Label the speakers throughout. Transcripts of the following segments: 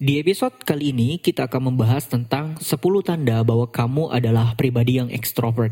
Speaker 1: Di episode kali ini kita akan membahas tentang 10 tanda bahwa kamu adalah pribadi yang ekstrovert.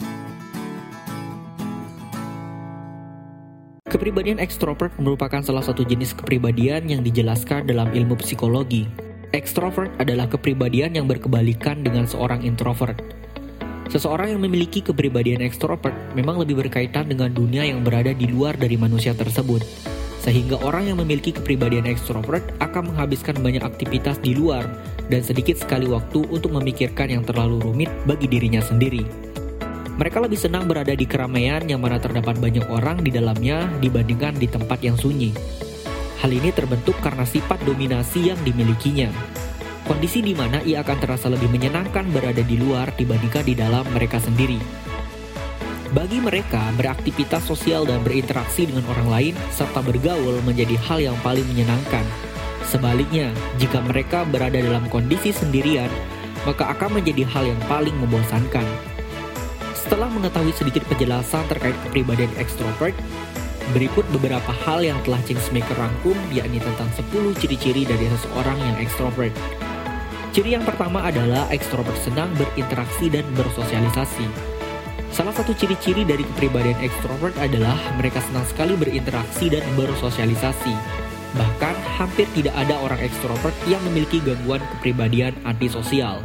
Speaker 1: Kepribadian ekstrovert merupakan salah satu jenis kepribadian yang dijelaskan dalam ilmu psikologi. Ekstrovert adalah kepribadian yang berkebalikan dengan seorang introvert. Seseorang yang memiliki kepribadian ekstrovert memang lebih berkaitan dengan dunia yang berada di luar dari manusia tersebut. Sehingga orang yang memiliki kepribadian ekstrovert akan menghabiskan banyak aktivitas di luar dan sedikit sekali waktu untuk memikirkan yang terlalu rumit bagi dirinya sendiri. Mereka lebih senang berada di keramaian yang mana terdapat banyak orang di dalamnya dibandingkan di tempat yang sunyi. Hal ini terbentuk karena sifat dominasi yang dimilikinya. Kondisi di mana ia akan terasa lebih menyenangkan berada di luar dibandingkan di dalam mereka sendiri. Bagi mereka, beraktivitas sosial dan berinteraksi dengan orang lain serta bergaul menjadi hal yang paling menyenangkan. Sebaliknya, jika mereka berada dalam kondisi sendirian, maka akan menjadi hal yang paling membosankan. Setelah mengetahui sedikit penjelasan terkait kepribadian ekstrovert, berikut beberapa hal yang telah Changemaker rangkum, yakni tentang 10 ciri-ciri dari seseorang yang ekstrovert. Ciri yang pertama adalah ekstrovert senang berinteraksi dan bersosialisasi. Salah satu ciri-ciri dari kepribadian ekstrovert adalah mereka senang sekali berinteraksi dan bersosialisasi. Bahkan, hampir tidak ada orang ekstrovert yang memiliki gangguan kepribadian antisosial.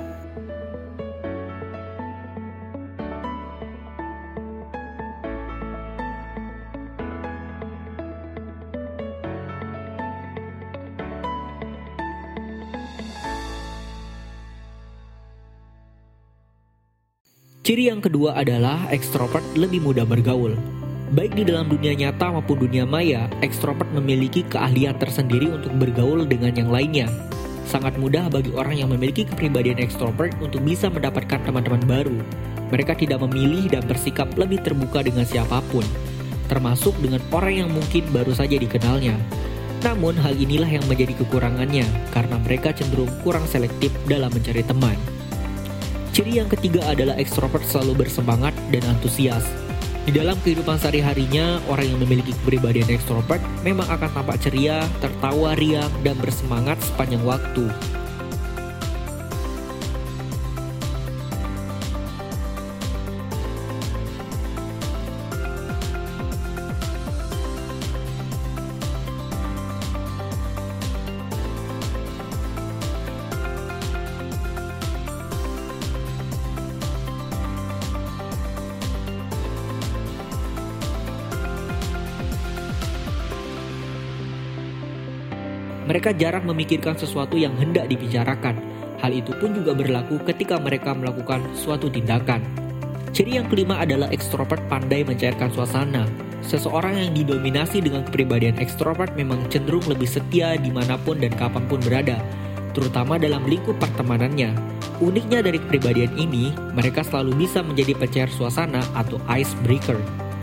Speaker 1: Ciri yang kedua adalah ekstrovert lebih mudah bergaul. Baik di dalam dunia nyata maupun dunia maya, ekstrovert memiliki keahlian tersendiri untuk bergaul dengan yang lainnya. Sangat mudah bagi orang yang memiliki kepribadian ekstrovert untuk bisa mendapatkan teman-teman baru. Mereka tidak memilih dan bersikap lebih terbuka dengan siapapun, termasuk dengan orang yang mungkin baru saja dikenalnya. Namun hal inilah yang menjadi kekurangannya, karena mereka cenderung kurang selektif dalam mencari teman. Ciri yang ketiga adalah ekstrovert selalu bersemangat dan antusias. Di dalam kehidupan sehari-harinya, orang yang memiliki kepribadian ekstrovert memang akan tampak ceria, tertawa riang, dan bersemangat sepanjang waktu. Mereka jarang memikirkan sesuatu yang hendak dibicarakan. Hal itu pun juga berlaku ketika mereka melakukan suatu tindakan. Ciri yang kelima adalah ekstrovert pandai mencairkan suasana. Seseorang yang didominasi dengan kepribadian ekstrovert memang cenderung lebih setia dimanapun dan kapanpun berada, terutama dalam lingkup pertemanannya. Uniknya dari kepribadian ini, mereka selalu bisa menjadi pencair suasana atau icebreaker.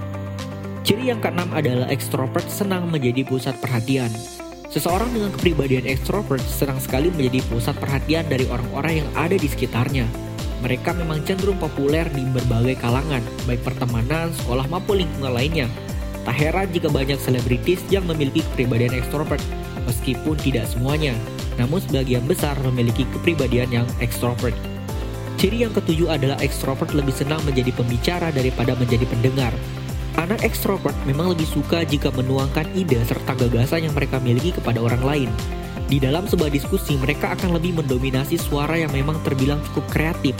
Speaker 1: Ciri yang keenam adalah ekstrovert senang menjadi pusat perhatian. Seseorang dengan kepribadian ekstrovert senang sekali menjadi pusat perhatian dari orang-orang yang ada di sekitarnya. Mereka memang cenderung populer di berbagai kalangan, baik pertemanan, sekolah maupun lingkungan lainnya. Tak heran jika banyak selebritis yang memiliki kepribadian ekstrovert, meskipun tidak semuanya, namun sebagian besar memiliki kepribadian yang ekstrovert. Ciri yang ketujuh adalah ekstrovert lebih senang menjadi pembicara daripada menjadi pendengar. Anak ekstrovert memang lebih suka jika menuangkan ide serta gagasan yang mereka miliki kepada orang lain. Di dalam sebuah diskusi, mereka akan lebih mendominasi suara yang memang terbilang cukup kreatif.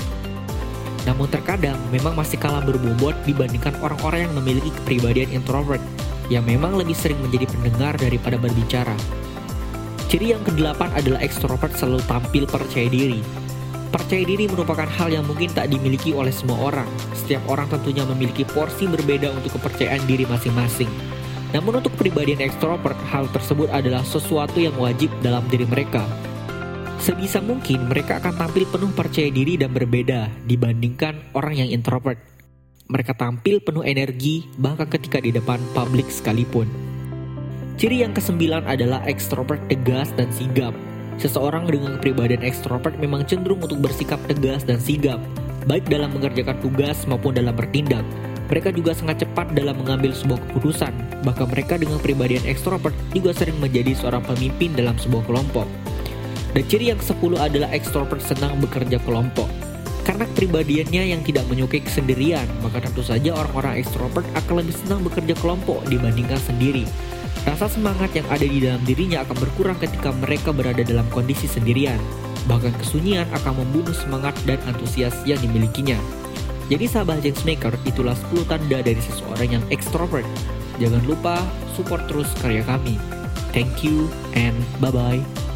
Speaker 1: Namun terkadang memang masih kalah berbobot dibandingkan orang-orang yang memiliki kepribadian introvert, yang memang lebih sering menjadi pendengar daripada berbicara. Ciri yang kedelapan adalah ekstrovert selalu tampil percaya diri. Percaya diri merupakan hal yang mungkin tak dimiliki oleh semua orang. Setiap orang tentunya memiliki porsi berbeda untuk kepercayaan diri masing-masing. Namun untuk kepribadian ekstrovert, hal tersebut adalah sesuatu yang wajib dalam diri mereka. Sebisa mungkin mereka akan tampil penuh percaya diri dan berbeda dibandingkan orang yang introvert. Mereka tampil penuh energi bahkan ketika di depan publik sekalipun. Ciri yang kesembilan adalah ekstrovert tegas dan sigap. Seseorang dengan kepribadian ekstrovert memang cenderung untuk bersikap tegas dan sigap, baik dalam mengerjakan tugas maupun dalam bertindak. Mereka juga sangat cepat dalam mengambil sebuah keputusan. Bahkan mereka dengan kepribadian ekstrovert juga sering menjadi seorang pemimpin dalam sebuah kelompok. Dan ciri yang ke-10 adalah ekstrovert senang bekerja kelompok. Karena kepribadiannya yang tidak menyukai kesendirian, maka tentu saja orang-orang ekstrovert akan lebih senang bekerja kelompok dibandingkan sendiri. Rasa semangat yang ada di dalam dirinya akan berkurang ketika mereka berada dalam kondisi sendirian. Bahkan kesunyian akan membunuh semangat dan antusias yang dimilikinya. Jadi sahabat Changemaker, itulah 10 tanda dari seseorang yang ekstrovert. Jangan lupa support terus karya kami. Thank you and bye-bye.